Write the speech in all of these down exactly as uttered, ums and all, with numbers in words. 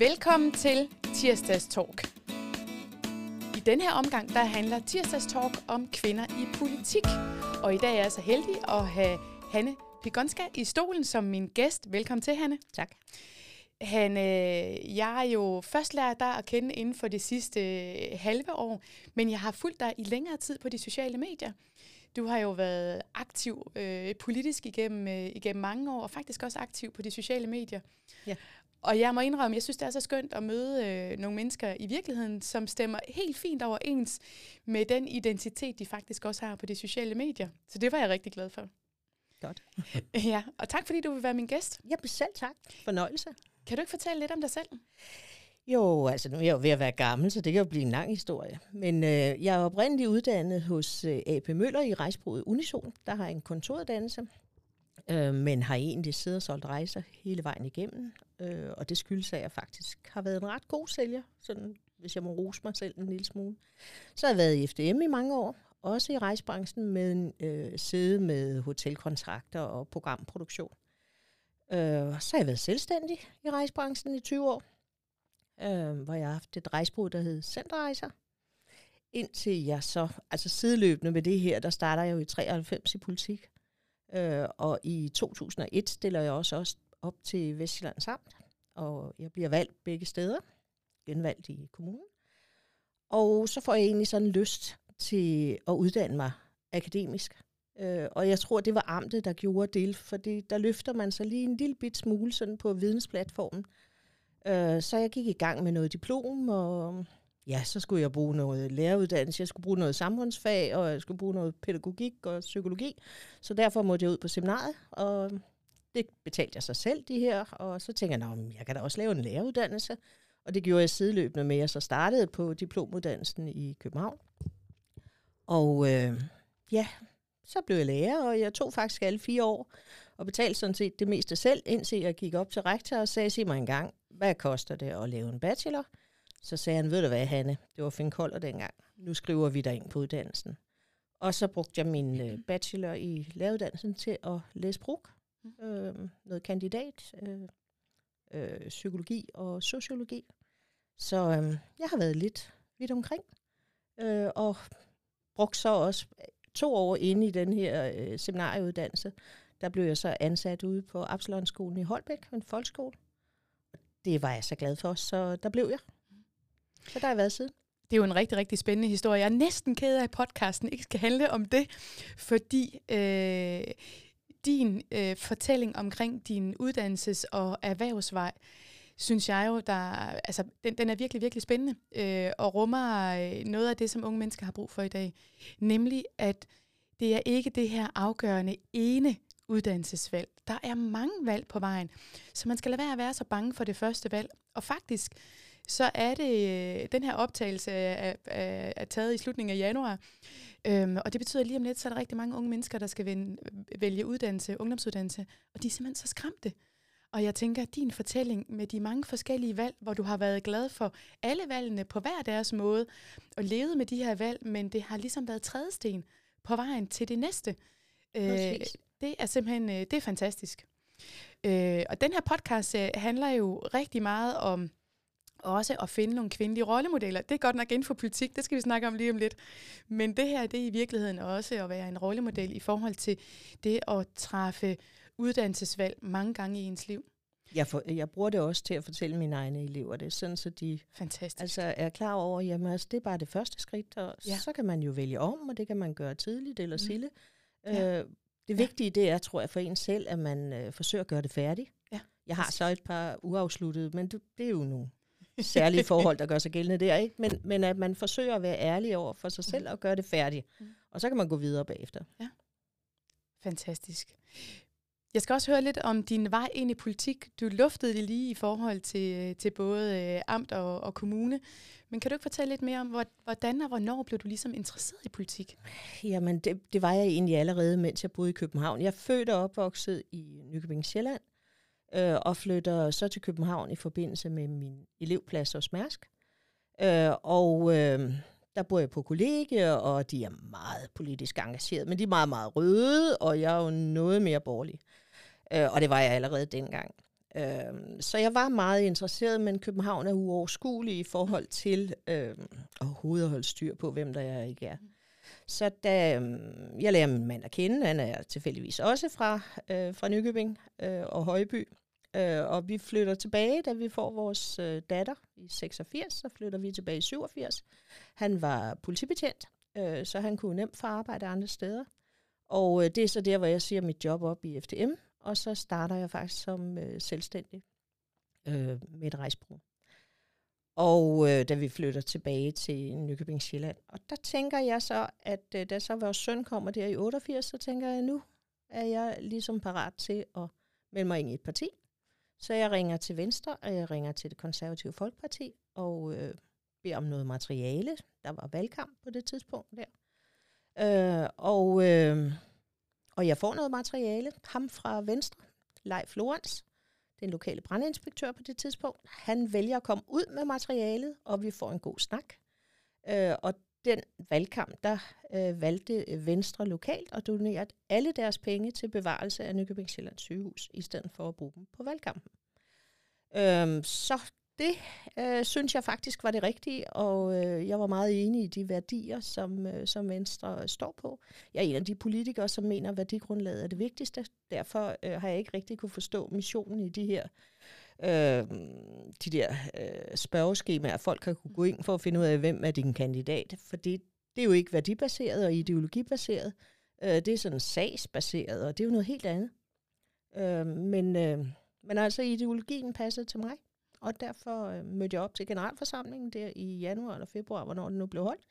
Velkommen til Tirsdags Talk. I denne her omgang, der handler Tirsdags Talk om kvinder i politik. Og i dag er jeg så heldig at have Hanne Pigonska i stolen som min gæst. Velkommen til, Hanne. Tak. Hanne, jeg har jo først lært dig at kende inden for det sidste halve år, men jeg har fulgt dig i længere tid på de sociale medier. Du har jo været aktiv øh, politisk igennem, øh, igennem mange år, og faktisk også aktiv på de sociale medier. Ja. Og jeg må indrømme, jeg synes, det er så skønt at møde øh, nogle mennesker i virkeligheden, som stemmer helt fint overens med den identitet, de faktisk også har på de sociale medier. Så det var jeg rigtig glad for. Godt. Ja, og tak fordi du vil være min gæst. Ja, selv tak. Fornøjelse. Kan du ikke fortælle lidt om dig selv? Jo, altså nu er jeg jo ved at være gammel, så det kan jo blive en lang historie. Men øh, jeg er oprindeligt uddannet hos øh, A P Møller i rejsbureauet Unison. Der har jeg en kontoruddannelse, øh, men har egentlig siddet og solgt rejser hele vejen igennem. Øh, og det skyldes, at jeg faktisk har været en ret god sælger, sådan, hvis jeg må rose mig selv en lille smule. Så har jeg været i F D M i mange år, også i rejsebranchen, med øh, sidde med hotelkontrakter og programproduktion. Øh, så har jeg været selvstændig i rejsebranchen i tyve år. Øh, hvor jeg har haft et rejsebureau, der hed Centerrejser. Indtil jeg så, altså sideløbende med det her, der starter jeg jo i treoghalvfems i politik. Øh, og i to tusind og et stiller jeg også, også op til Vestjyllands Amt. Og jeg bliver valgt begge steder. Genvalgt i kommunen. Og så får jeg egentlig sådan lyst til at uddanne mig akademisk. Øh, og jeg tror, det var amtet, der gjorde det, for det, der løfter man sig lige en lille bit smule sådan på vidensplatformen. Så jeg gik i gang med noget diplom, og ja, så skulle jeg bruge noget læreruddannelse, jeg skulle bruge noget samfundsfag, og jeg skulle bruge noget pædagogik og psykologi. Så derfor måtte jeg ud på seminariet, og det betalte jeg så selv, de her. Og så tænkte jeg, at jeg kan da også lave en læreruddannelse. Og det gjorde jeg sideløbende med, at jeg så startede på diplomuddannelsen i København. Og øh, ja, så blev jeg lærer, og jeg tog faktisk alle fire år, og betalte sådan set det meste selv, indtil jeg gik op til rektor og sagde, sig mig en gang, hvad koster det at lave en bachelor? Så sagde han, ved du hvad, Hanne, det var Finn Koller dengang, nu skriver vi dig ind på uddannelsen. Og så brugte jeg min øh, bachelor i læreruddannelsen til at læse brug, øh, noget kandidat, øh, øh, psykologi og sociologi. Så øh, jeg har været lidt vidt omkring, øh, og brugt så også to år inde i den her øh, seminarieuddannelse. Der blev jeg så ansat ude på Absalonskolen i Holbæk, en folkeskole. Det var jeg så glad for, så der blev jeg. Så der har jeg været siden. Det er jo en rigtig, rigtig spændende historie. Jeg er næsten ked af, at podcasten ikke skal handle om det, fordi øh, din øh, fortælling omkring din uddannelses- og erhvervsvej, synes jeg jo, der, altså, den, den er virkelig, virkelig spændende øh, og rummer øh, noget af det, som unge mennesker har brug for i dag. Nemlig, at det er ikke det her afgørende ene uddannelsesvalg. Der er mange valg på vejen, så man skal lade være at være så bange for det første valg. Og faktisk, så er det, den her optagelse er, er, er taget i slutningen af januar, øhm, og det betyder lige om lidt, så er der rigtig mange unge mennesker, der skal vælge, vælge uddannelse, ungdomsuddannelse, og de er simpelthen så skræmte. Og jeg tænker, din fortælling med de mange forskellige valg, hvor du har været glad for alle valgene på hver deres måde, og levet med de her valg, men det har ligesom været trædesten på vejen til det næste. Øh, det er simpelthen, det er fantastisk. Øh, og den her podcast handler jo rigtig meget om også at finde nogle kvindelige rollemodeller. Det er godt nok inden for politik, det skal vi snakke om lige om lidt. Men det her, det er i virkeligheden også at være en rollemodel i forhold til det at træffe uddannelsesvalg mange gange i ens liv. Jeg, for, jeg bruger det også til at fortælle mine egne elever det, sådan så de altså, er klar over, at altså, det er bare det første skridt, og ja. Så kan man jo vælge om, og det kan man gøre tidligt eller sille. Mm. Ja. Øh, det vigtige, det er, tror jeg, for en selv, at man øh, forsøger at gøre det færdigt. Ja. Jeg har så et par uafsluttede, men det, det er jo nogle særlige forhold, der gør sig gældende der, ikke? Men, men at man forsøger at være ærlig over for sig selv og gøre det færdigt. Mm. Og så kan man gå videre bagefter. Ja. Fantastisk. Jeg skal også høre lidt om din vej ind i politik. Du luftede det lige i forhold til, til både øh, amt og, og kommune. Men kan du ikke fortælle lidt mere om, hvordan og hvornår blev du ligesom interesseret i politik? Jamen, det, det var jeg egentlig allerede, mens jeg boede i København. Jeg er født og opvokset i Nykøbing Sjælland, øh, og flytter så til København i forbindelse med min elevplads hos Mærsk. Øh, og øh, der bor jeg på kollegie, og de er meget politisk engageret, men de er meget, meget røde, og jeg er jo noget mere borgerlig. Øh, og det var jeg allerede dengang. Øh, så jeg var meget interesseret, men København er uoverskuelig i forhold til øh, overhovedet at holde styr på, hvem der er ikke er. Så da øh, jeg lærer min mand at kende, han er tilfældigvis også fra, øh, fra Nykøbing øh, og Højby, øh, og vi flytter tilbage, da vi får vores øh, datter i seksogfirs, så flytter vi tilbage i syvogfirs. Han var politibetjent, øh, så han kunne nemt få arbejde andre steder. Og øh, det er så der, hvor jeg siger mit job op i F D M, og så starter jeg faktisk som øh, selvstændig øh, med et rejsebureau. Og øh, da vi flytter tilbage til Nykøbing Sjælland, og der tænker jeg så, at øh, da så vores søn kommer der i otteogfirs, så tænker jeg, nu er jeg ligesom parat til at melde mig ind i et parti. Så jeg ringer til Venstre, og jeg ringer til Det Konservative Folkeparti, og øh, beder om noget materiale. Der var valgkamp på det tidspunkt der. Øh, og, øh, og jeg får noget materiale. Ham fra Venstre, Leif Lorentz, den lokale brandinspektør på det tidspunkt, han vælger at komme ud med materialet, og vi får en god snak. Øh, og den valgkamp, der øh, valgte Venstre lokalt og donerede alle deres penge til bevarelse af Nykøbing Sjælland sygehus, i stedet for at bruge dem på valgkampen. Øh, så det øh, synes jeg faktisk var det rigtige, og øh, jeg var meget enig i de værdier, som, øh, som Venstre står på. Jeg er en af de politikere, som mener, at værdigrundlaget er det vigtigste. Derfor øh, har jeg ikke rigtig kunne forstå missionen i de her øh, de der øh, spørgeskemaer, folk kan kunne gå ind for at finde ud af, hvem er din kandidat. For det, det er jo ikke værdibaseret og ideologibaseret. Øh, det er sådan sagsbaseret, og det er jo noget helt andet. Øh, men, øh, men altså ideologien passede til mig. Og derfor øh, mødte jeg op til generalforsamlingen der i januar eller februar, hvornår den nu blev holdt.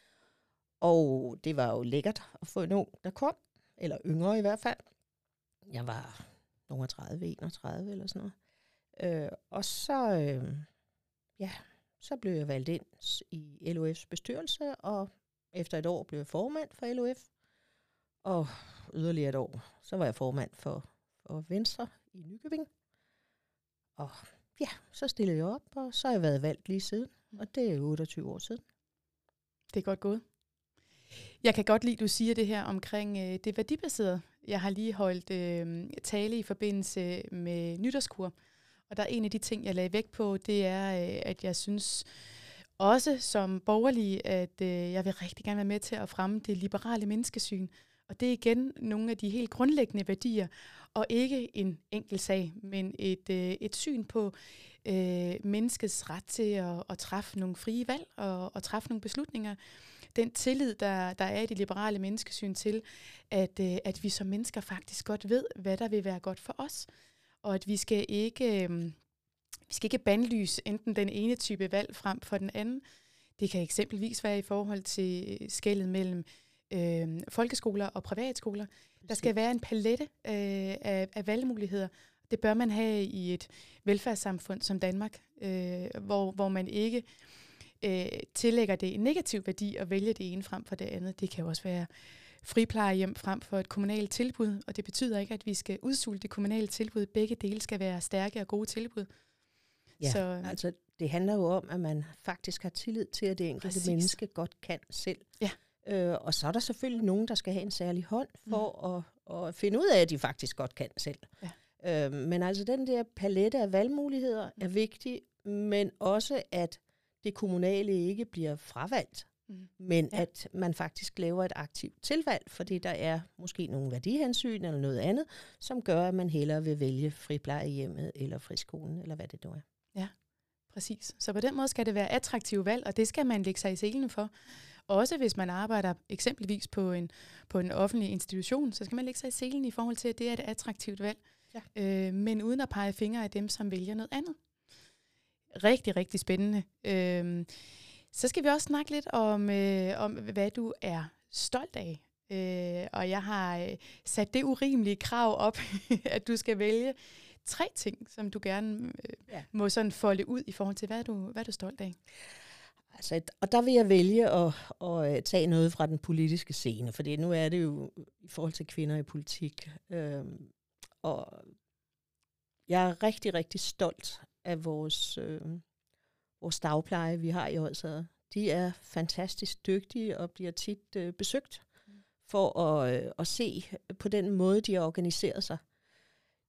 Og det var jo lækkert at få en ung, der kom, eller yngre i hvert fald. Jeg var nogle tredive, enogtredive eller sådan noget. Øh, og så, øh, ja, så blev jeg valgt ind i L O F's bestyrelse, og efter et år blev jeg formand for L O F. Og yderligere et år, så var jeg formand for, for Venstre i Nykøbing. Og ja, så stillede jeg op, og så har jeg været valgt lige siden, og det er otteogtyve år siden. Det er godt gået. Jeg kan godt lide, at du siger det her omkring øh, det værdibaserede. Jeg har lige holdt øh, tale i forbindelse med nytårskur, og der er en af de ting, jeg lagde vægt på, det er, øh, at jeg synes også som borgerlig, at øh, jeg vil rigtig gerne være med til at fremme det liberale menneskesyn. Og det er igen nogle af de helt grundlæggende værdier, og ikke en enkelt sag, men et, øh, et syn på øh, menneskets ret til at, at træffe nogle frie valg og, og træffe nogle beslutninger. Den tillid, der, der er i det liberale menneskesyn til, at, øh, at vi som mennesker faktisk godt ved, hvad der vil være godt for os, og at vi skal ikke, øh, vi skal ikke bandlyse enten den ene type valg frem for den anden. Det kan eksempelvis være i forhold til skellet mellem Øh, folkeskoler og privatskoler. Der skal være en palette øh, af, af valgmuligheder. Det bør man have i et velfærdssamfund som Danmark, øh, hvor, hvor man ikke øh, tillægger det en negativ værdi at vælge det ene frem for det andet. Det kan jo også være friplejehjem frem for et kommunalt tilbud, og det betyder ikke, at vi skal udsulte det kommunale tilbud. Begge dele skal være stærke og gode tilbud. Ja, Så, altså det handler jo om, at man faktisk har tillid til, at det enkelte præcis. menneske godt kan selv. Ja. Øh, og så er der selvfølgelig nogen, der skal have en særlig hånd for mm. at, at finde ud af, at de faktisk godt kan selv. Ja. Øh, men altså den der palette af valgmuligheder mm. er vigtig, men også at det kommunale ikke bliver fravalgt, mm. men ja. at man faktisk laver et aktivt tilvalg, fordi der er måske nogle værdihensyn eller noget andet, som gør, at man hellere vil vælge friplejehjemmet eller friskolen, eller hvad det nu er. Ja, præcis. Så på den måde skal det være attraktive valg, og det skal man lægge sig i selen for. Også hvis man arbejder eksempelvis på en, på en offentlig institution, så skal man lægge sig i selen i forhold til, at det er et attraktivt valg. Ja. Øh, men uden at pege fingre af dem, som vælger noget andet. Rigtig, rigtig spændende. Øh, så skal vi også snakke lidt om, øh, om hvad du er stolt af. Øh, og jeg har øh, sat det urimelige krav op, at du skal vælge tre ting, som du gerne øh, ja. må sådan folde ud i forhold til, hvad du, hvad er du stolt af. Altså, og der vil jeg vælge at, at tage noget fra den politiske scene, for nu er det jo i forhold til kvinder i politik. Øhm, og jeg er rigtig, rigtig stolt af vores, øh, vores dagpleje, vi har i Odsherred. De er fantastisk dygtige og bliver tit øh, besøgt for at, øh, at se på den måde, de har organiseret sig.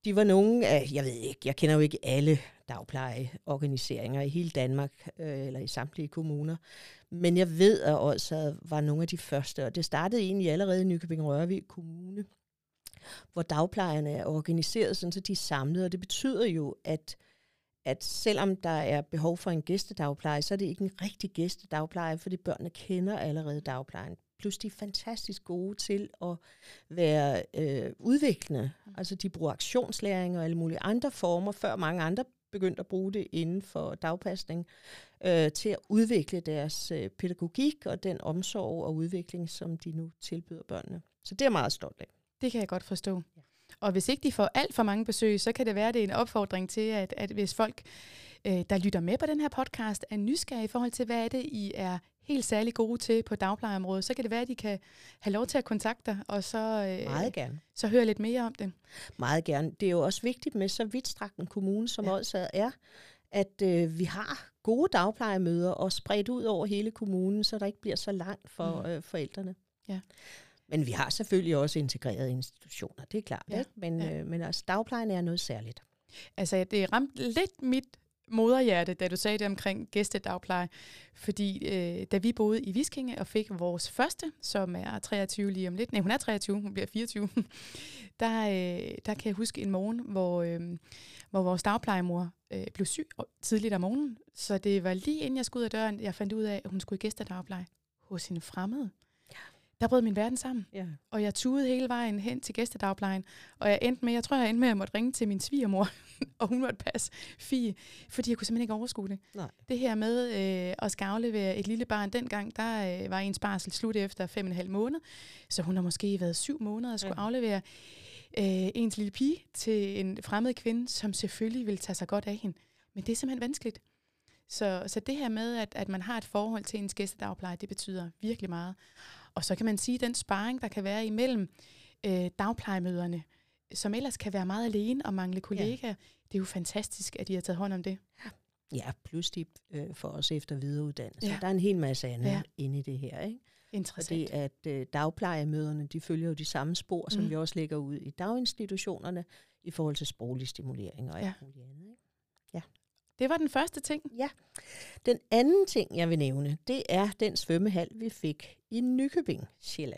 de var nogle af, jeg ved ikke, jeg kender jo ikke alle dagplejeorganiseringer i hele Danmark, øh, eller i samtlige kommuner, men jeg ved, at Odsherred var nogle af de første, og det startede egentlig allerede i Nykøbing-Rørvig Kommune, hvor dagplejerne er organiseret, sådan så de er samlet, og det betyder jo, at at selvom der er behov for en gæstedagpleje, så er det ikke en rigtig gæstedagpleje, fordi børnene kender allerede dagplejen. Plus de er fantastisk gode til at være øh, udviklende. Altså de bruger aktionslæring og alle mulige andre former, før mange andre begyndte at bruge det inden for dagpasning, øh, til at udvikle deres øh, pædagogik og den omsorg og udvikling, som de nu tilbyder børnene. Så det er jeg meget stolt af. Det kan jeg godt forstå. Ja. Og hvis ikke de får alt for mange besøg, så kan det være, det er en opfordring til, at, at hvis folk, øh, der lytter med på den her podcast, er nysgerrige i forhold til, hvad er det, I er helt særlig gode til på dagplejeområdet, så kan det være, at de kan have lov til at kontakte dig, og så, øh, Meget gerne. så høre lidt mere om det. Meget gerne. Det er jo også vigtigt med så vidtstrakt en kommune, som ja. Odsherred er, at øh, vi har gode dagplejemøder og spredt ud over hele kommunen, så der ikke bliver så langt for mm. øh, forældrene. Ja. Men vi har selvfølgelig også integrerede institutioner, det er klart. Ja. Ikke? Men, ja. øh, men altså, dagplejen er noget særligt. Altså, det ramte lidt mit moderhjerte, da du sagde det omkring gæstedagpleje. Fordi øh, da vi boede i Viskinge og fik vores første, som er treogtyve lige om lidt, nej, hun er treogtyve, hun bliver fireogtyve, der, øh, der kan jeg huske en morgen, hvor, øh, hvor vores dagplejemor øh, blev syg tidligt om morgenen. Så det var lige inden jeg skulle ud af døren, jeg fandt ud af, at hun skulle i gæstedagpleje hos en fremmed. Der brød min verden sammen, ja. Og jeg tudede hele vejen hen til gæstedagplejen, og jeg endte med, jeg tror, jeg endte med, at jeg måtte ringe til min svigermor, og hun måtte passe Fie, fordi jeg kunne simpelthen ikke overskue det. Nej. Det her med øh, at skal aflevere et lille barn, dengang, der øh, var ens barsel slut efter fem og en halv måned, så hun har måske været syv måneder og skulle ja. aflevere øh, ens lille pige til en fremmed kvinde, som selvfølgelig vil tage sig godt af hende. Men det er simpelthen vanskeligt. Så, så det her med, at, at man har et forhold til ens gæstedagpleje, det betyder virkelig meget. Og så kan man sige, at den sparring, der kan være imellem øh, dagplejemøderne, som ellers kan være meget alene og mangle kollegaer, ja. Det er jo fantastisk, at de har taget hånd om det. Ja, plus de øh, får også efter videreuddannelse. Ja. Der er en hel masse andet ja. inde i det her, ikke? Interessant. Fordi at øh, dagplejemøderne, de følger jo de samme spor, som mm. vi også lægger ud i daginstitutionerne, i forhold til sproglig stimulering og ja. alt muligt andet, ikke? Ja. Det var den første ting. Ja. Den anden ting, jeg vil nævne, det er den svømmehal, vi fik i Nykøbing, Sjælland.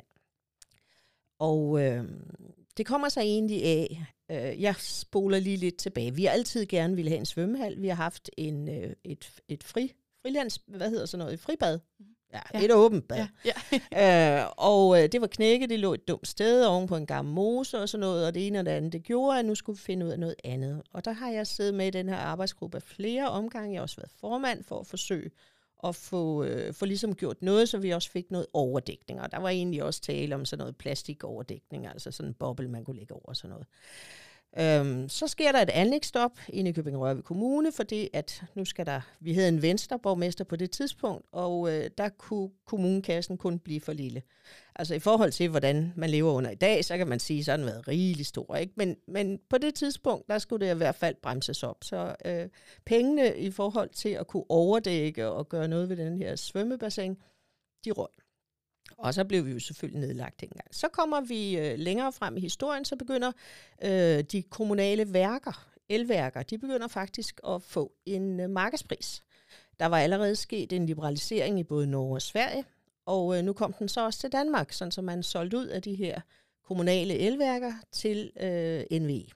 Og øh, det kommer så egentlig af, øh, jeg spoler lige lidt tilbage. Vi har altid gerne ville have en svømmehal. Vi har haft en, øh, et, et fri, frilands, hvad hedder sådan noget, et fribad. Ja, ja. Et åbent bad. Ja, ja. øh, og øh, det var knækket, det lå et dumt sted oven på en gammel mose og sådan noget, og det ene og det andet, det gjorde, at nu skulle vi finde ud af noget andet. Og der har jeg siddet med i den her arbejdsgruppe af flere omgange. Jeg har også været formand for at forsøge at få, øh, få ligesom gjort noget, så vi også fik noget overdækning. Og der var egentlig også tale om sådan noget plastikoverdækning, altså sådan en boble, man kunne lægge over sådan noget. Øhm, så sker der et anlægsstop i Nykøbing-Rørvig Kommune, fordi at nu skal der, vi havde en venstreborgmester på det tidspunkt, og øh, der kunne kommunekassen kun blive for lille. Altså i forhold til, hvordan man lever under i dag, så kan man sige, så har den været rigelig stor, ikke? Men, men på det tidspunkt, der skulle det i hvert fald bremses op. Så øh, pengene i forhold til at kunne overdække og gøre noget ved den her svømmebassin, de røg. Og så blev vi jo selvfølgelig nedlagt dengang. Så kommer vi øh, længere frem i historien, så begynder øh, de kommunale værker, elværker, de begynder faktisk at få en øh, markedspris. Der var allerede sket en liberalisering i både Norge og Sverige, og øh, nu kom den så også til Danmark, sådan så man solgte ud af de her kommunale elværker til øh, N V E.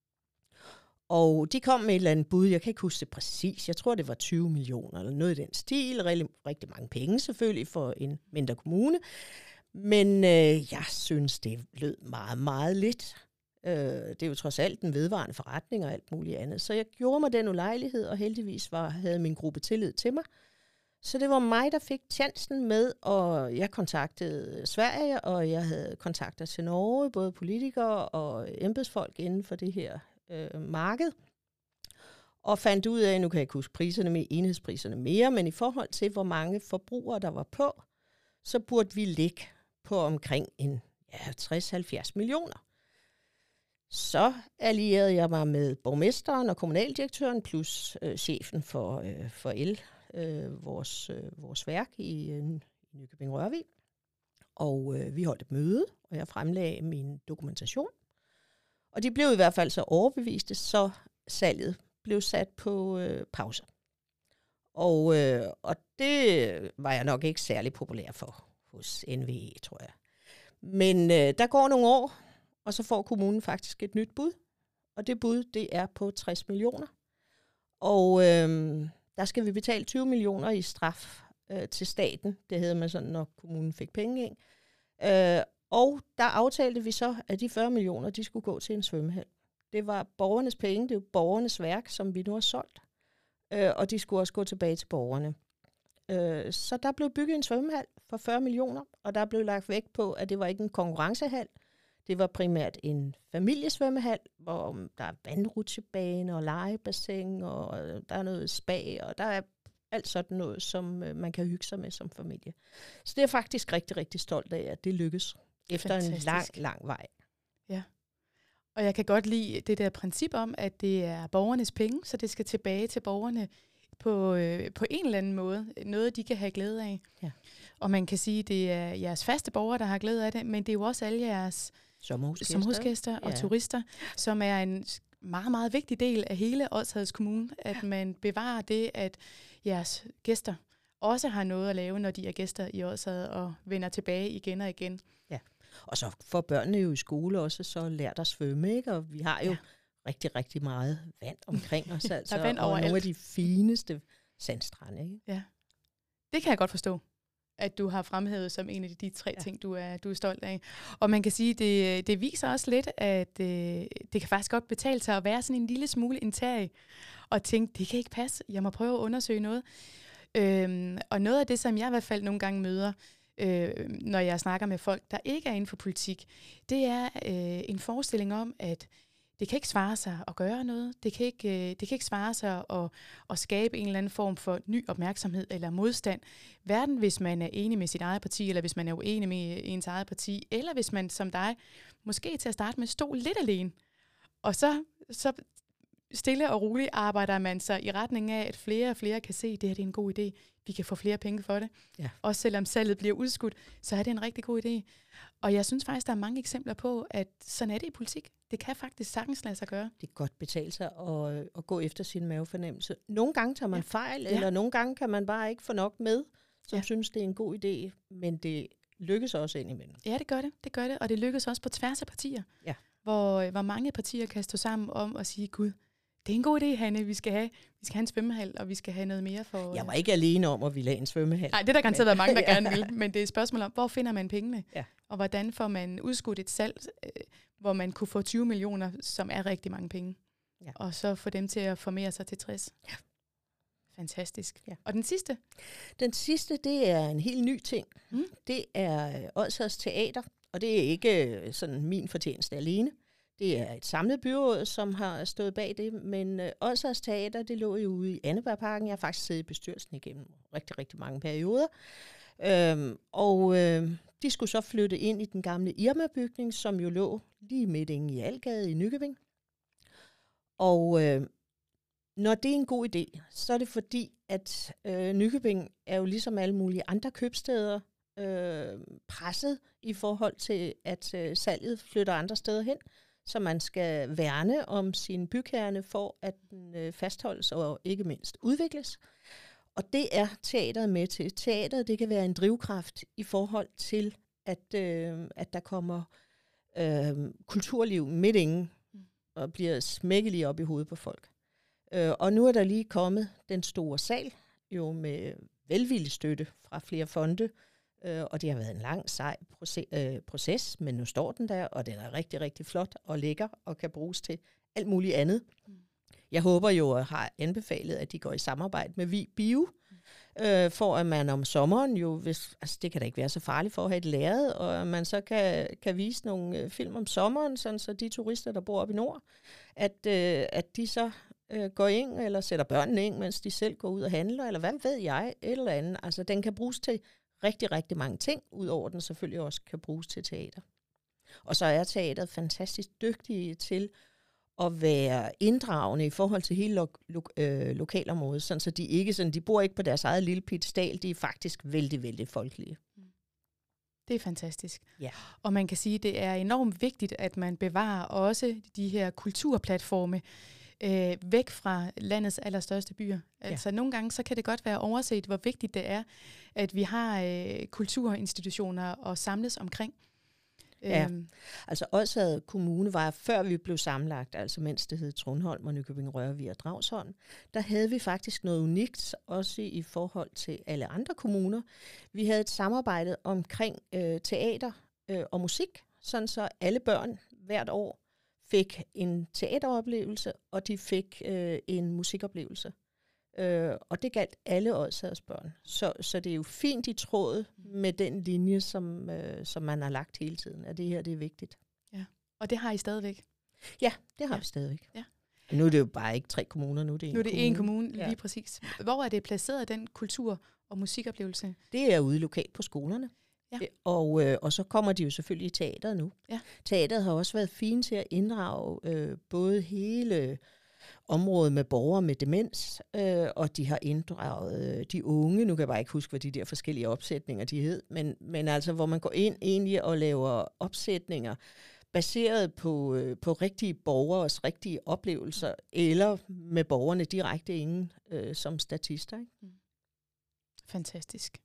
Og de kom med et eller andet bud, jeg kan ikke huske det præcis, jeg tror det var tyve millioner eller noget i den stil, rigtig, rigtig mange penge selvfølgelig for en mindre kommune, men øh, jeg synes det lød meget, meget lidt. Øh, det er jo trods alt en vedvarende forretning og alt muligt andet, så jeg gjorde mig den ulejlighed, og heldigvis var, havde min gruppe tillid til mig. Så det var mig, der fik chancen med, og jeg kontaktede Sverige, og jeg havde kontakter til Norge, både politikere og embedsfolk inden for det her øh, marked, og fandt ud af, nu kan jeg ikke huske priserne med, enhedspriserne mere, men i forhold til, hvor mange forbrugere der var på, så burde vi ligge på omkring en ja, tres til halvfjerds millioner. Så allierede jeg mig med borgmesteren og kommunaldirektøren, plus øh, chefen for, øh, for el, øh, vores, øh, vores værk i øh, Nykøbing-Rørvig. Og øh, vi holdt et møde, og jeg fremlagde min dokumentation. Og de blev i hvert fald så overbeviste, så salget blev sat på øh, pause. Og, øh, og det var jeg nok ikke særlig populær for hos N V E, tror jeg. Men øh, der går nogle år, og så får kommunen faktisk et nyt bud. Og det bud, det er på tres millioner. Og øh, der skal vi betale tyve millioner i straf øh, til staten. Det hedder man sådan, når kommunen fik penge ind. Øh, og der aftalte vi så, at de fyrre millioner, de skulle gå til en svømmehal. Det var borgernes penge, det er jo borgernes værk, som vi nu har solgt. Øh, og de skulle også gå tilbage til borgerne. Øh, så der blev bygget en svømmehal for fyrre millioner, og der blev lagt vægt på, at det var ikke en konkurrencehal. Det var primært en familiesvømmehal, hvor der er vandrutsjebane og legebassin, og der er noget spa, og der er alt sådan noget, som man kan hygge sig med som familie. Så det er faktisk rigtig, rigtig stolt af, at det lykkes efter Fantastisk. en lang, lang vej. Ja, og jeg kan godt lide det der princip om, at det er borgernes penge, så det skal tilbage til borgerne på, øh, på en eller anden måde. Noget, de kan have glæde af. Ja. Og man kan sige, at det er jeres faste borgere, der har glæde af det, men det er jo også alle jeres sommerhusgæster, sommerhusgæster og ja. turister, som er en meget, meget vigtig del af hele Odsherreds Kommune, at ja. man bevarer det, at jeres gæster også har noget at lave, når de er gæster i Odsherred og vender tilbage igen og igen. Ja, og så får børnene jo i skole også så lært at svømme, ikke? Og vi har jo ja. rigtig, rigtig meget vand omkring os, altså, vand og nogle af de fineste sandstrande, ikke? Ja, det kan jeg godt forstå, at du har fremhævet som en af de tre ja. ting, du er, du er stolt af. Og man kan sige, det, det viser også lidt, at øh, det kan faktisk godt betale sig at være sådan en lille smule indtaget og tænke, det kan ikke passe, jeg må prøve at undersøge noget. Øhm, og noget af det, som jeg i hvert fald nogle gange møder, øh, når jeg snakker med folk, der ikke er inden for politik, det er øh, en forestilling om, at det kan ikke svare sig at gøre noget. Det kan ikke, øh, det kan ikke svare sig at, at skabe en eller anden form for ny opmærksomhed eller modstand. Hverken hvis man er enig med sit eget parti, eller hvis man er uenig med ens eget parti, eller hvis man som dig, måske til at starte med, stod lidt alene. Og så, så stille og roligt arbejder man sig i retning af, at flere og flere kan se, at det her det er en god idé. Vi kan få flere penge for det. Ja. Også selvom salget bliver udskudt, så er det en rigtig god idé. Og jeg synes faktisk, der er mange eksempler på, at sådan er det i politik. Det kan faktisk sagtens lade sig gøre. Det kan godt betale sig at, at gå efter sin mavefornemmelse. Nogle gange tager man ja. fejl, ja. eller nogle gange kan man bare ikke få nok med, som ja. synes, det er en god idé. Men det lykkes også indimellem. Ja, det gør det. Det gør det. Og det lykkes også på tværs af partier. Ja. Hvor, hvor mange partier kan stå sammen om at sige, Gud, det er en god idé, Hanne. Vi skal have, vi skal have en svømmehal, og vi skal have noget mere for... Jeg var ikke alene om at ville have en svømmehal. Nej, det er der garanteret været mange, der ja. gerne vil. Men det er et spørgsmål om, hvor finder man pengene? Ja. Og hvordan får man udskudt et salg, øh, hvor man kunne få tyve millioner, som er rigtig mange penge. Ja. Og så få dem til at formere sig til tres. Ja. Fantastisk. Ja. Og den sidste? Den sidste, det er en helt ny ting. Mm. Det er Odsherreds Teater, og det er ikke sådan min fortjeneste alene. Det er et samlet byråd, som har stået bag det, men øh, Odsherreds Teater, det lå jo ude i Annebergparken. Jeg har faktisk siddet i bestyrelsen igennem rigtig, rigtig mange perioder. Øhm, og øh, de skulle så flytte ind i den gamle Irma-bygning, som jo lå lige midt inde i Algade i Nykøbing. Og øh, når det er en god idé, så er det fordi, at øh, Nykøbing er jo ligesom alle mulige andre købsteder øh, presset i forhold til, at øh, salget flytter andre steder hen. Så man skal værne om sin bykerne for, at den øh, fastholdes og ikke mindst udvikles. Og det er teateret med til. Teateret, det kan være en drivkraft i forhold til, at, øh, at der kommer øh, kulturliv midt inde og bliver smækkeligt op i hovedet på folk. Øh, og nu er der lige kommet den store sal, jo med velvillig støtte fra flere fonde, øh, og det har været en lang, sej proces, øh, proces, men nu står den der, og den er rigtig, rigtig flot og lækker og kan bruges til alt muligt andet. Mm. Jeg håber jo, og har anbefalet, at de går i samarbejde med Vi Bio, øh, for at man om sommeren jo, hvis, altså det kan da ikke være så farligt for at have et lærred, og at man så kan, kan vise nogle øh, film om sommeren, sådan så de turister, der bor oppe i nord, at, øh, at de så øh, går ind, eller sætter børnene ind, mens de selv går ud og handler, eller hvad ved jeg, et eller andet. Altså den kan bruges til rigtig, rigtig mange ting, udover den selvfølgelig også kan bruges til teater. Og så er teateret fantastisk dygtige til at være inddragende i forhold til hele lo- lo- øh, lokalområdet, sådan så de ikke sådan, de bor ikke på deres eget lille piedestal, de er faktisk vældig, vældig folkelige. Det er fantastisk. Ja. Og man kan sige, at det er enormt vigtigt, at man bevarer også de her kulturplatforme øh, væk fra landets allerstørste byer. Ja. Altså nogle gange, så kan det godt være overset, hvor vigtigt det er, at vi har øh, kulturinstitutioner at samles omkring. Ja, øhm. altså Odsherred Kommune var, før vi blev sammenlagt, altså mens det hed Trundholm og Nykøbing Rørvig og Dragsholm, der havde vi faktisk noget unikt, også i forhold til alle andre kommuner. Vi havde et samarbejde omkring øh, teater øh, og musik, sådan så alle børn hvert år fik en teateroplevelse, og de fik øh, en musikoplevelse. Øh, og det galt alle Odsherreds børn. Så, så det er jo fint i tråd med den linje, som, øh, som man har lagt hele tiden, at det her det er vigtigt. Ja, og det har I stadigvæk? Ja, det har ja. vi stadigvæk. Ja. Nu er det jo bare ikke tre kommuner, nu er det en nu er det kommune. en kommune, lige ja. præcis. Hvor er det placeret, den kultur- og musikoplevelse? Det er ude lokalt på skolerne. Ja. Og, øh, og så kommer de jo selvfølgelig i teateret nu. Ja. Teateret har også været fint til at inddrage øh, både hele området med borgere med demens, øh, og de har inddraget øh, de unge. Nu kan jeg bare ikke huske, hvad de der forskellige opsætninger de hed, men, men altså hvor man går ind egentlig og laver opsætninger baseret på, øh, på rigtige borgeres rigtige oplevelser, eller med borgerne direkte inde øh, som statister. Ikke? Mm. Fantastisk.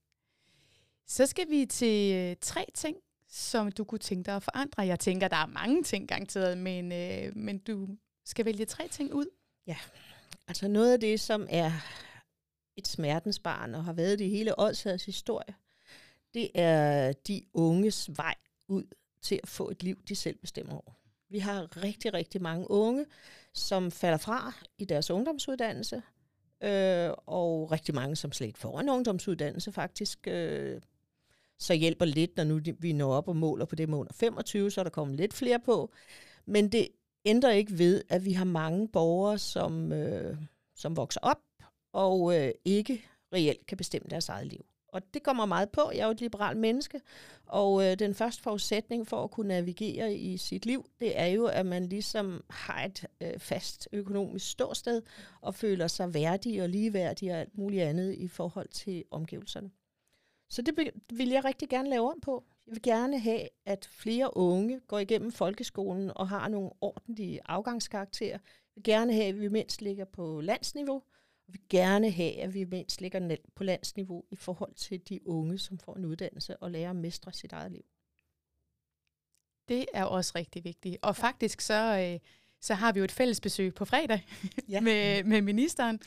Så skal vi til øh, tre ting, som du kunne tænke dig at forandre. Jeg tænker, der er mange ting garanteret, men, øh, men du skal vælge tre ting ud. Ja, altså noget af det, som er et smertensbarn og har været det i hele Odsherreds historie, det er de unges vej ud til at få et liv, de selv bestemmer over. Vi har rigtig, rigtig mange unge, som falder fra i deres ungdomsuddannelse, øh, og rigtig mange, som slet ikke får en ungdomsuddannelse faktisk, øh, så hjælper lidt, når nu vi når op og måler på det med under femogtyve, så er der kommet lidt flere på. Men det ændrer ikke ved, at vi har mange borgere, som, øh, som vokser op og øh, ikke reelt kan bestemme deres eget liv. Og det kommer meget på. Jeg er jo et liberalt menneske, og øh, den første forudsætning for at kunne navigere i sit liv, det er jo, at man ligesom har et øh, fast økonomisk ståsted og føler sig værdig og ligeværdig og alt muligt andet i forhold til omgivelserne. Så det vil jeg rigtig gerne lave om på. Jeg vil gerne have, at flere unge går igennem folkeskolen og har nogle ordentlige afgangskarakterer. Jeg vil gerne have, at vi mindst ligger på landsniveau. Jeg vil gerne have, at vi mindst ligger på landsniveau i forhold til de unge, som får en uddannelse og lærer at mestre sit eget liv. Det er også rigtig vigtigt. Og faktisk så, øh, så har vi jo et fælles besøg på fredag ja. med, med ministeren.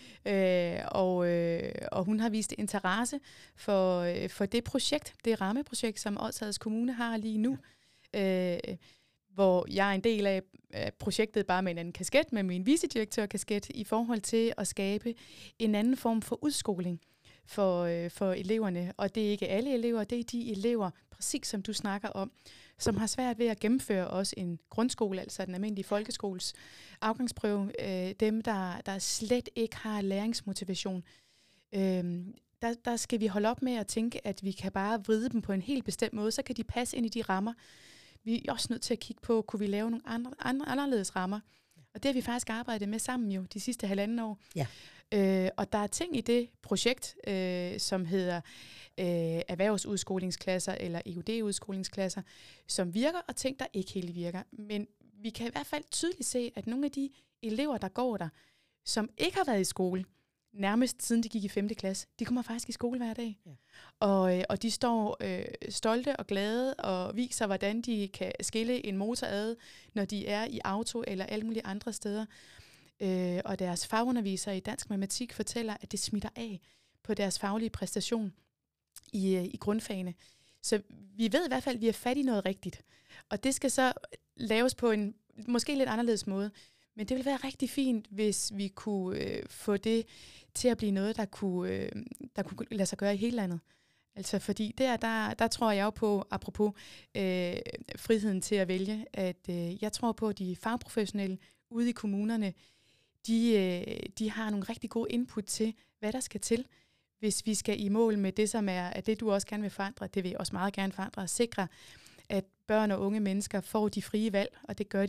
Øh, og, øh, og hun har vist interesse for, øh, for det projekt, det rammeprojekt, som Odsherreds Kommune har lige nu, øh, hvor jeg er en del af øh, projektet bare med en anden kasket, med min vicedirektør-kasket, i forhold til at skabe en anden form for udskoling for, øh, for eleverne. Og det er ikke alle elever, det er de elever, præcis som du snakker om, som har svært ved at gennemføre også en grundskole, altså den almindelige folkeskoles afgangsprøve. Øh, dem, der, der slet ikke har læringsmotivation. Øh, der, der skal vi holde op med at tænke, at vi kan bare vride dem på en helt bestemt måde, så kan de passe ind i de rammer. Vi er også nødt til at kigge på, kunne vi lave nogle andre, andre anderledes rammer? Og det har vi faktisk arbejdet med sammen jo de sidste halvanden år. Ja. Øh, og der er ting i det projekt, øh, som hedder øh, erhvervsudskolingssklasser eller E U D-udskolingssklasser, som virker, og ting, der ikke helt virker. Men vi kan i hvert fald tydeligt se, at nogle af de elever, der går der, som ikke har været i skole, nærmest siden de gik i femte klasse, de kommer faktisk i skole hver dag. Ja. Og, øh, og de står øh, stolte og glade og viser, hvordan de kan skille en motor ad, når de er i auto eller alle mulige andre steder. Øh, og deres fagundervisere i dansk matematik fortæller, at det smitter af på deres faglige præstation i, øh, i grundfagene. Så vi ved i hvert fald, at vi er fat i noget rigtigt. Og det skal så laves på en måske lidt anderledes måde. Men det ville være rigtig fint, hvis vi kunne øh, få det til at blive noget, der kunne, øh, der kunne lade sig gøre i hele landet. Altså fordi der, der, der tror jeg jo på, apropos øh, friheden til at vælge, at øh, jeg tror på, at de fagprofessionelle ude i kommunerne, de, øh, de har nogle rigtig gode input til, hvad der skal til, hvis vi skal i mål med det, som er at det, du også gerne vil forandre. Det vil jeg også meget gerne forandre og sikre, at børn og unge mennesker får de frie valg, og det gør de,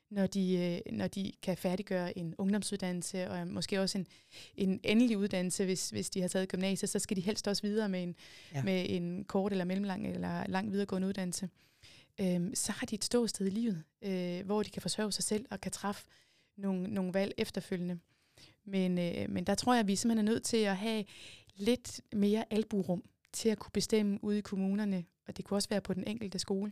når de, øh, når de kan færdiggøre en ungdomsuddannelse, og måske også en, en endelig uddannelse, hvis, hvis de har taget gymnasiet, så skal de helst også videre med en, ja. med en kort eller mellemlang eller lang videregående uddannelse. Øhm, så har de et ståsted i livet, øh, hvor de kan forsørge sig selv og kan træffe nogle, nogle valg efterfølgende. Men, øh, men der tror jeg, at vi simpelthen er nødt til at have lidt mere albuerum til at kunne bestemme ude i kommunerne, og det kunne også være på den enkelte skole.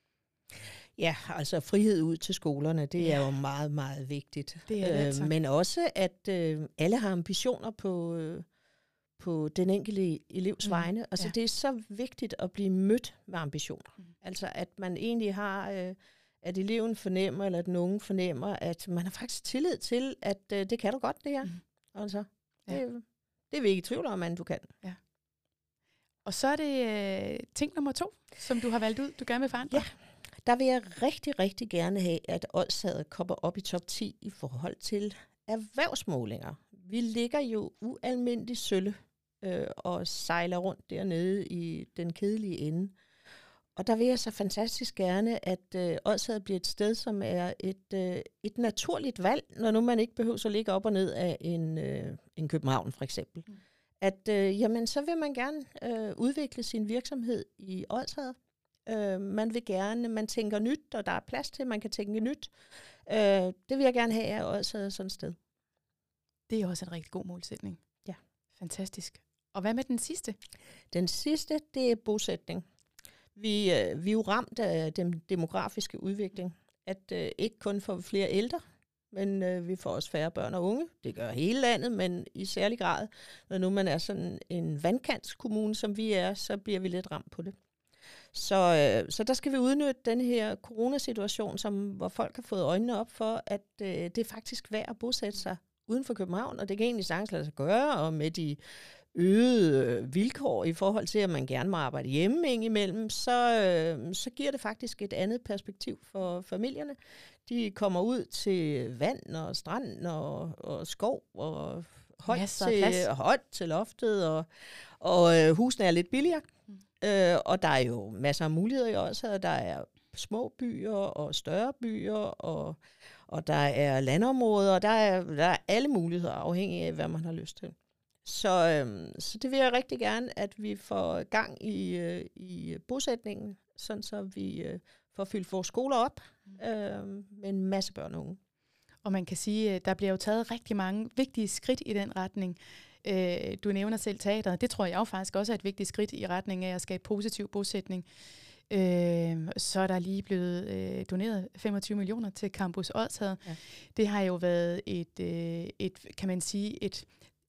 Ja, altså frihed ud til skolerne, det ja. er jo meget, meget vigtigt. Det er det altså. øh, men også, at øh, alle har ambitioner på, øh, på den enkelte elevs mm. vegne. Altså, ja. det er så vigtigt at blive mødt med ambitioner. Mm. Altså, at man egentlig har, øh, at eleven fornemmer, eller at den unge fornemmer, at man har faktisk tillid til, at øh, det kan du godt, det her. Mm. Altså, ja. det, det er vi ikke i tvivl om, at du kan. Ja. Og så er det øh, ting nummer to, som du har valgt ud, du gerne vil forandre. Ja. Der vil jeg rigtig, rigtig gerne have, at Odsherred kommer op i top ti i forhold til erhvervsmålinger. Vi ligger jo ualmindeligt sølle øh, og sejler rundt dernede i den kedelige ende. Og der vil jeg så fantastisk gerne, at øh, Odsherred bliver et sted, som er et, øh, et naturligt valg, når nu man ikke behøver at ligge op og ned af en, øh, en København for eksempel. Mm. At øh, jamen, så vil man gerne øh, udvikle sin virksomhed i Odsherred. Uh, man vil gerne, man tænker nyt, og der er plads til, man kan tænke nyt. Uh, det vil jeg gerne have, og også sådan et sted. Det er også en rigtig god målsætning. Ja. Fantastisk. Og hvad med den sidste? Den sidste, det er bosætning. Vi, uh, vi er jo ramt af den demografiske udvikling, at uh, ikke kun får flere ældre, men uh, vi får også færre børn og unge. Det gør hele landet, men i særlig grad, når nu man er sådan en vandkantskommune, som vi er, så bliver vi lidt ramt på det. Så, øh, så der skal vi udnytte den her coronasituation, som, hvor folk har fået øjnene op for, at øh, det er faktisk værd at bosætte sig uden for København, og det kan egentlig sagtens lade sig gøre, og med de øgede vilkår i forhold til, at man gerne må arbejde hjemme indimellem, så, øh, så giver det faktisk et andet perspektiv for familierne. De kommer ud til vand og strand og, og skov og højt, yes, til, højt til loftet, og, og øh, husene er lidt billigere. Mm. Øh, og der er jo masser af muligheder i Odsherred. Der er små byer og større byer, og, og der er landområder, og der er, der er alle muligheder afhængig af, hvad man har lyst til. Så, øh, så det vil jeg rigtig gerne, at vi får gang i, øh, i bosætningen, sådan så vi øh, får fyldt vores skoler op øh, med en masse børn og unge. Og man kan sige, at der bliver jo taget rigtig mange vigtige skridt i den retning. Du nævner selv teateret. Det tror jeg jo faktisk også er et vigtigt skridt i retning af at skabe positiv bosætning. Så er der lige blevet doneret femogtyve millioner til Campus Odsherred. Ja. Det har jo været et, et, kan man sige, et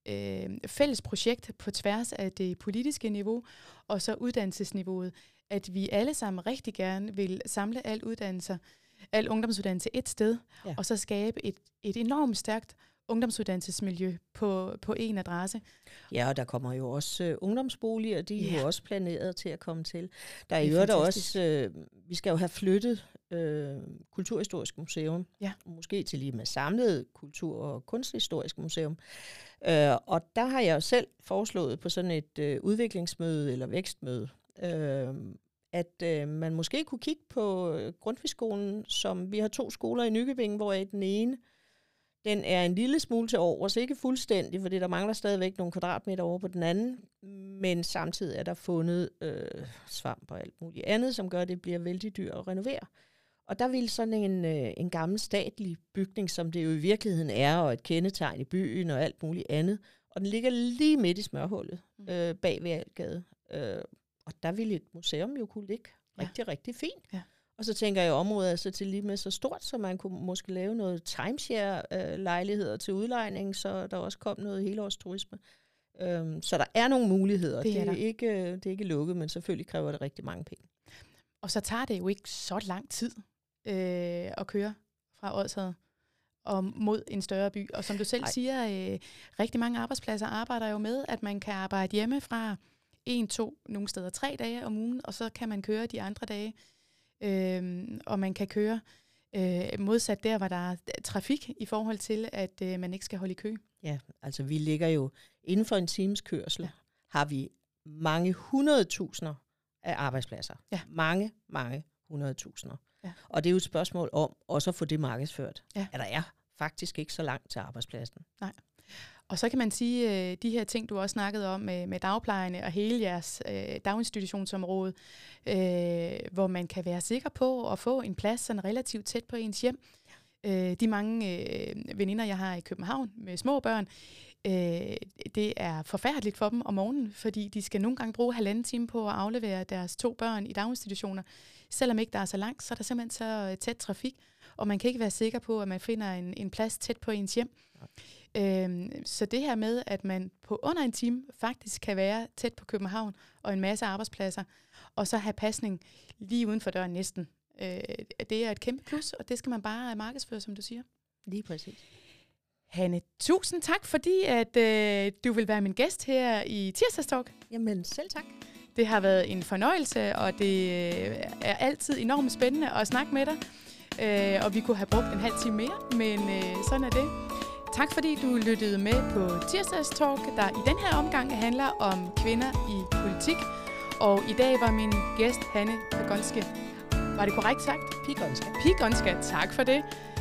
fælles projekt på tværs af det politiske niveau og så uddannelsesniveauet, at vi alle sammen rigtig gerne vil samle al uddannelser, al ungdomsuddannelse et sted, ja. Og så skabe et, et enormt stærkt ungdomsuddannelsesmiljø på, på en adresse. Ja, og der kommer jo også øh, ungdomsboliger, de er ja. jo også planeret til at komme til. Der er jo der også, øh, vi skal jo have flyttet øh, Kulturhistorisk Museum, ja. måske til lige med samlet Kultur- og Kunsthistorisk Museum. Øh, og der har jeg jo selv foreslået på sådan et øh, udviklingsmøde eller vækstmøde, øh, at øh, man måske kunne kigge på Grundtvigskolen, som vi har to skoler i Nykøbing, hvor i den ene den er en lille smule til over, så ikke fuldstændig, fordi der mangler stadigvæk nogle kvadratmeter over på den anden, men samtidig er der fundet øh, svamp og alt muligt andet, som gør, at det bliver vældig dyrt at renovere. Og der ville sådan en, øh, en gammel statlig bygning, som det jo i virkeligheden er, og et kendetegn i byen og alt muligt andet, og den ligger lige midt i smørhullet, øh, bag ved Algade. Øh, og der ville et museum jo kunne ligge rigtig, ja. rigtig fint. Ja. Og så tænker jeg, at området er så til lige med så stort, så man kunne måske lave noget timeshare-lejligheder øh, til udlejning, så der også kom noget helårsturisme. Øhm, så der er nogle muligheder. Det er, det er, ikke, det er ikke lukket, men selvfølgelig kræver det rigtig mange penge. Og så tager det jo ikke så lang tid øh, at køre fra Odsherred og mod en større by. Og som du selv Ej. siger, øh, rigtig mange arbejdspladser arbejder jo med, at man kan arbejde hjemme fra en, to, nogle steder tre dage om ugen, og så kan man køre de andre dage. Øhm, og man kan køre øh, modsat der, hvor der er trafik i forhold til, at øh, man ikke skal holde i kø. Ja, altså vi ligger jo inden for en times kørsel, ja. har vi mange hundredtusinder af arbejdspladser. Ja. Mange, mange hundredtusinder. Ja. Og det er jo et spørgsmål om også at få det markedsført. Ja. At der er faktisk ikke så langt til arbejdspladsen. Nej. Og så kan man sige, at de her ting, du også snakkede om med, med dagplejerne og hele jeres øh, daginstitutionsområde, øh, hvor man kan være sikker på at få en plads sådan relativt tæt på ens hjem. Øh, de mange øh, veninder, jeg har i København med små børn, øh, det er forfærdeligt for dem om morgenen, fordi de skal nogle gange bruge halvanden time på at aflevere deres to børn i daginstitutioner. Selvom ikke der er så langt, så er der simpelthen så tæt trafik, og man kan ikke være sikker på, at man finder en, en plads tæt på ens hjem. Øhm, så det her med, at man på under en time faktisk kan være tæt på København og en masse arbejdspladser, og så have pasning lige uden for døren næsten, øh, det er et kæmpe plus, og det skal man bare markedsføre, som du siger. Lige præcis. Hanne, tusind tak, fordi at, øh, du vil være min gæst her i Tirsdagstalk. Jamen, selv tak. Det har været en fornøjelse, og det er altid enormt spændende at snakke med dig. Øh, og vi kunne have brugt en halv time mere, men øh, sådan er det. Tak fordi du lyttede med på Tirsdagstalk, der i den her omgang handler om kvinder i politik. Og i dag var min gæst Hanne Pigonska. Var det korrekt sagt? Pigonska. Pigonska, tak for det.